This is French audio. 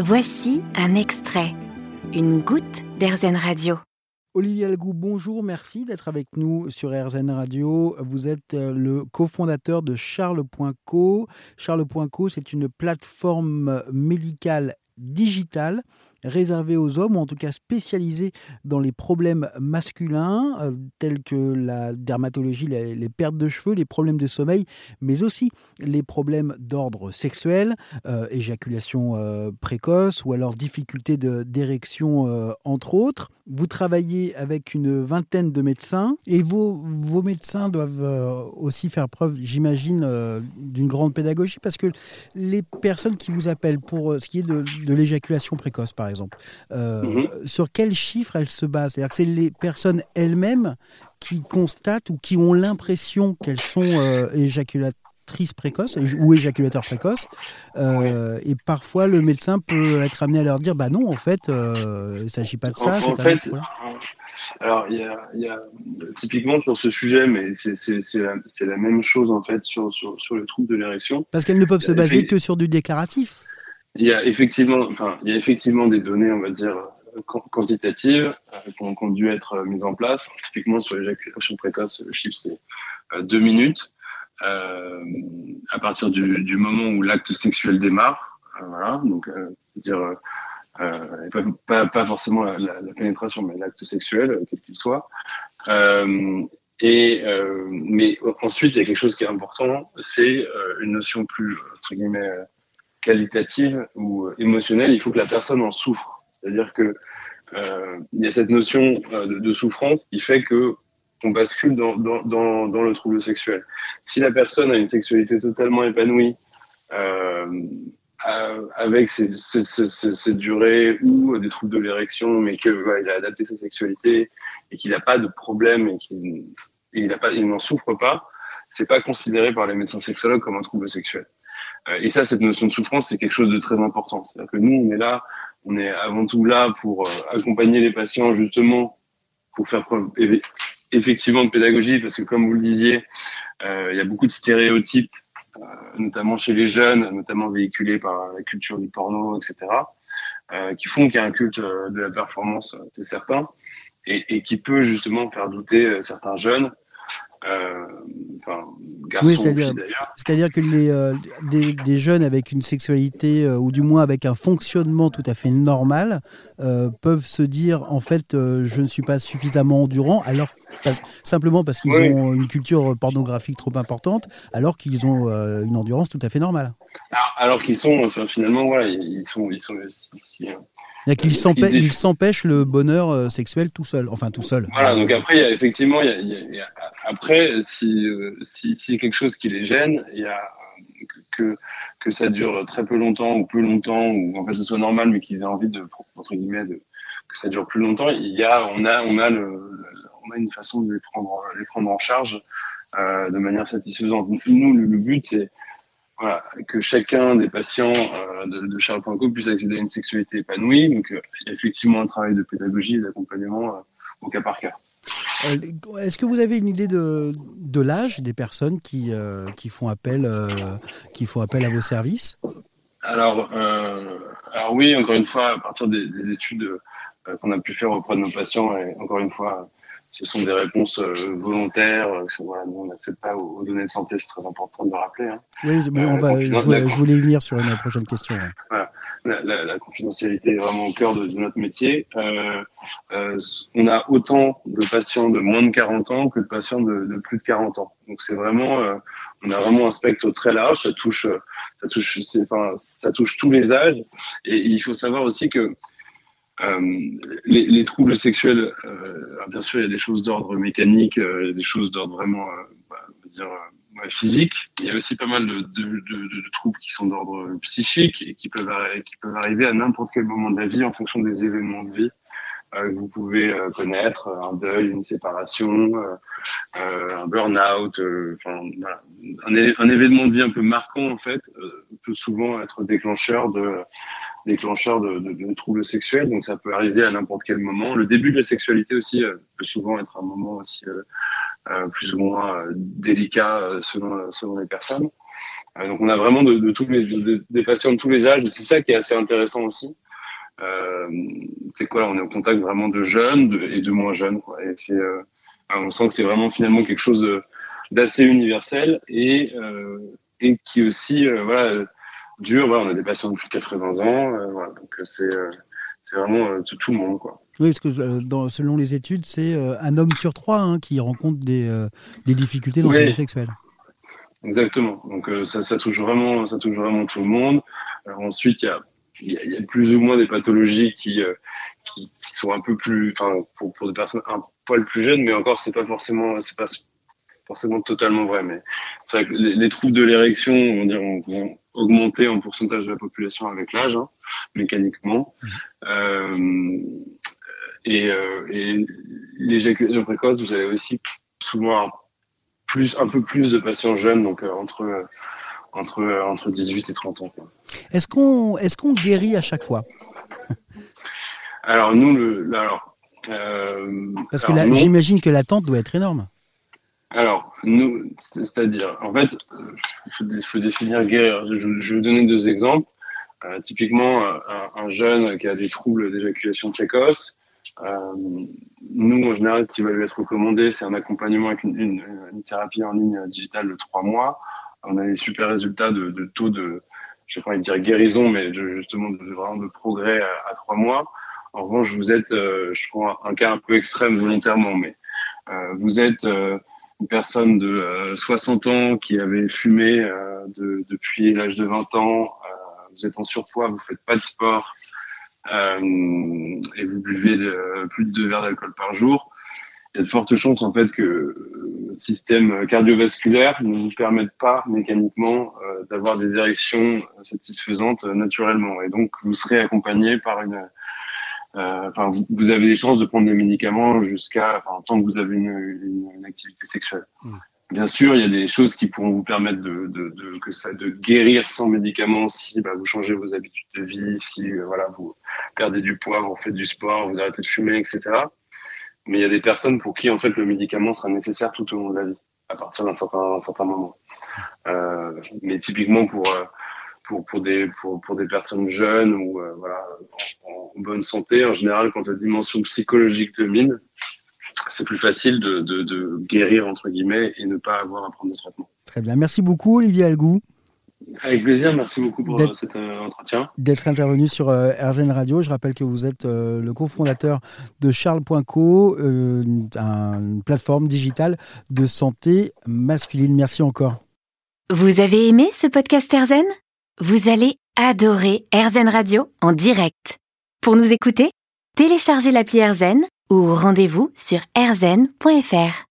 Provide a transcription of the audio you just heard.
Voici un extrait, une goutte d'Airzen Radio. Olivier Algou, bonjour, merci d'être avec nous sur Airzen Radio. Vous êtes le cofondateur de Charles.co. Charles.co, c'est une plateforme médicale digitale réservée aux hommes, ou en tout cas spécialisée dans les problèmes masculins, tels que la dermatologie, les pertes de cheveux, les problèmes de sommeil, mais aussi les problèmes d'ordre sexuel, éjaculation précoce, ou alors difficulté d'érection, entre autres. Vous travaillez avec une vingtaine de médecins, et vos médecins doivent aussi faire preuve, j'imagine, d'une grande pédagogie, parce que les personnes qui vous appellent pour ce qui est de l'éjaculation précoce, par exemple, sur quels chiffres elles se basent? C'est-à-dire que c'est les personnes elles-mêmes qui constatent ou qui ont l'impression qu'elles sont éjaculatrices précoces ou éjaculateurs précoces, et parfois le médecin peut être amené à leur dire non, en fait, il ne s'agit pas de ça. En fait, alors il y a typiquement sur ce sujet, mais c'est la même chose en fait sur les troubles de l'érection. Parce qu'elles ne peuvent se baser que sur du déclaratif. Il y a effectivement des données, on va dire, quantitatives qui ont dû être mises en place. Typiquement sur l'éjaculation précoce, le chiffre c'est 2 minutes à partir du moment où l'acte sexuel démarre. Voilà, donc c'est-à-dire pas forcément la pénétration, mais l'acte sexuel, quel qu'il soit. Mais ensuite, il y a quelque chose qui est important, c'est une notion plus, entre guillemets, qualitative ou émotionnelle. Il faut que la personne en souffre. C'est-à-dire que il y a cette notion de souffrance qui fait que on bascule dans le trouble sexuel. Si la personne a une sexualité totalement épanouie, avec cette durée ou des troubles de l'érection, mais il a adapté sa sexualité et qu'il n'a pas de problème et il n'en souffre pas, c'est pas considéré par les médecins sexologues comme un trouble sexuel. Et ça, cette notion de souffrance, c'est quelque chose de très important. C'est-à-dire que nous, on est avant tout là pour accompagner les patients, justement, pour faire preuve effectivement de pédagogie, parce que comme vous le disiez, il y a beaucoup de stéréotypes, notamment chez les jeunes, notamment véhiculés par la culture du porno, etc., qui font qu'il y a un culte de la performance, c'est certain, et qui peut justement faire douter certains jeunes, garçons ou filles d'ailleurs. C'est-à-dire que des jeunes avec une sexualité, ou du moins avec un fonctionnement tout à fait normal, peuvent se dire, en fait, je ne suis pas suffisamment endurant, simplement parce qu'ils ont une culture pornographique trop importante, alors qu'ils ont une endurance tout à fait normale. Alors qu'ils sont, finalement, voilà, ils sont ils s'empêchent le bonheur sexuel tout seul. Voilà, donc après, il y a effectivement, après, si c'est quelque chose qui les gêne, il y a que ça dure très peu longtemps ou plus longtemps, ou en fait ce soit normal, mais qu'ils aient envie entre guillemets, que ça dure plus longtemps. On a une façon de les prendre en charge de manière satisfaisante. Nous, le but, c'est que chacun des patients de Charles.co puisse accéder à une sexualité épanouie. Donc, il y a effectivement un travail de pédagogie et d'accompagnement au cas par cas. Est-ce que vous avez une idée de l'âge des personnes qui font appel à vos services? Alors oui, encore une fois, à partir des études qu'on a pu faire auprès de nos patients, et encore une fois, ce sont des réponses volontaires. Nous, on n'accède pas aux données de santé, c'est très important de le rappeler. Hein. Oui, mais je voulais y venir sur une prochaine question. Ouais. Voilà. La confidentialité est vraiment au cœur de notre métier. On a autant de patients de moins de 40 ans que de patients de plus de 40 ans. Donc c'est vraiment, on a vraiment un spectre très large. Ça touche tous les âges. Et il faut savoir aussi que les troubles sexuels, bien sûr, il y a des choses d'ordre mécanique, il y a des choses d'ordre vraiment, physique. Il y a aussi pas mal de troubles qui sont d'ordre psychique et qui peuvent arriver à n'importe quel moment de la vie en fonction des événements de vie que vous pouvez connaître, un deuil, une séparation, un burn-out, un événement de vie un peu marquant en fait peut souvent être déclencheur de troubles sexuels, donc ça peut arriver à n'importe quel moment. Le début de la sexualité aussi peut souvent être un moment aussi plus ou moins délicat selon les personnes. Donc on a vraiment des patients de tous les âges. C'est ça qui est assez intéressant aussi. C'est quoi, on est au contact vraiment de jeunes et de moins jeunes, quoi. Et on sent que c'est vraiment finalement quelque chose d'assez universel et qui aussi dure. Voilà, on a des patients de plus de 80 ans, voilà, donc c'est vraiment tout le monde, quoi. Oui, parce que selon les études, c'est un homme sur 3 qui rencontre des difficultés dans sa vie sexuelle. Exactement. Donc ça touche vraiment tout le monde. Alors, ensuite, il y a plus ou moins des pathologies qui sont un peu plus, enfin pour des personnes un poil plus jeunes, mais encore c'est pas forcément totalement vrai. Mais c'est vrai que les troubles de l'érection, on va dire, vont augmenter en pourcentage de la population avec l'âge, mécaniquement. Et l'éjaculation précoce, vous avez aussi souvent un peu plus de patients jeunes, donc entre 18 et 30 ans. Quoi. Est-ce qu'on guérit à chaque fois? Alors nous, parce que j'imagine que l'attente doit être énorme. Alors nous, c'est-à-dire, en fait, il faut définir guérir. Je vais vous donner 2 exemples. Typiquement, un jeune qui a des troubles d'éjaculation précoce. Nous, en général, ce qui va lui être recommandé, c'est un accompagnement avec une thérapie en ligne digitale de 3 mois. On a des super résultats de taux de, je ne vais pas dire guérison, mais justement vraiment de progrès à 3 mois. En revanche, vous êtes, je prends un cas un peu extrême volontairement, mais vous êtes une personne de 60 ans qui avait fumé depuis l'âge de 20 ans. Vous êtes en surpoids, vous faites pas de sport. Et vous buvez plus de 2 verres d'alcool par jour, il y a de fortes chances en fait que le système cardiovasculaire ne vous permette pas mécaniquement d'avoir des érections satisfaisantes naturellement. Et donc vous serez accompagné par vous avez des chances de prendre des médicaments tant que vous avez une activité sexuelle. Bien sûr, il y a des choses qui pourront vous permettre de guérir sans médicaments si vous changez vos habitudes de vie, si vous perdez du poids, vous faites du sport, vous arrêtez de fumer, etc. Mais il y a des personnes pour qui en fait le médicament sera nécessaire tout au long de la vie, à partir d'un certain moment. Mais typiquement pour des personnes jeunes ou en bonne santé, en général, quand la dimension psychologique domine, c'est plus facile de guérir, entre guillemets, et ne pas avoir à prendre de traitement. Très bien. Merci beaucoup, Olivier Algou. Avec plaisir. Merci beaucoup pour cet entretien. D'être intervenu sur RZN Radio. Je rappelle que vous êtes le cofondateur de Charles.co, une plateforme digitale de santé masculine. Merci encore. Vous avez aimé ce podcast RZN ? Vous allez adorer RZN Radio en direct. Pour nous écouter, téléchargez l'appli RZN ou rendez-vous sur rzn.fr.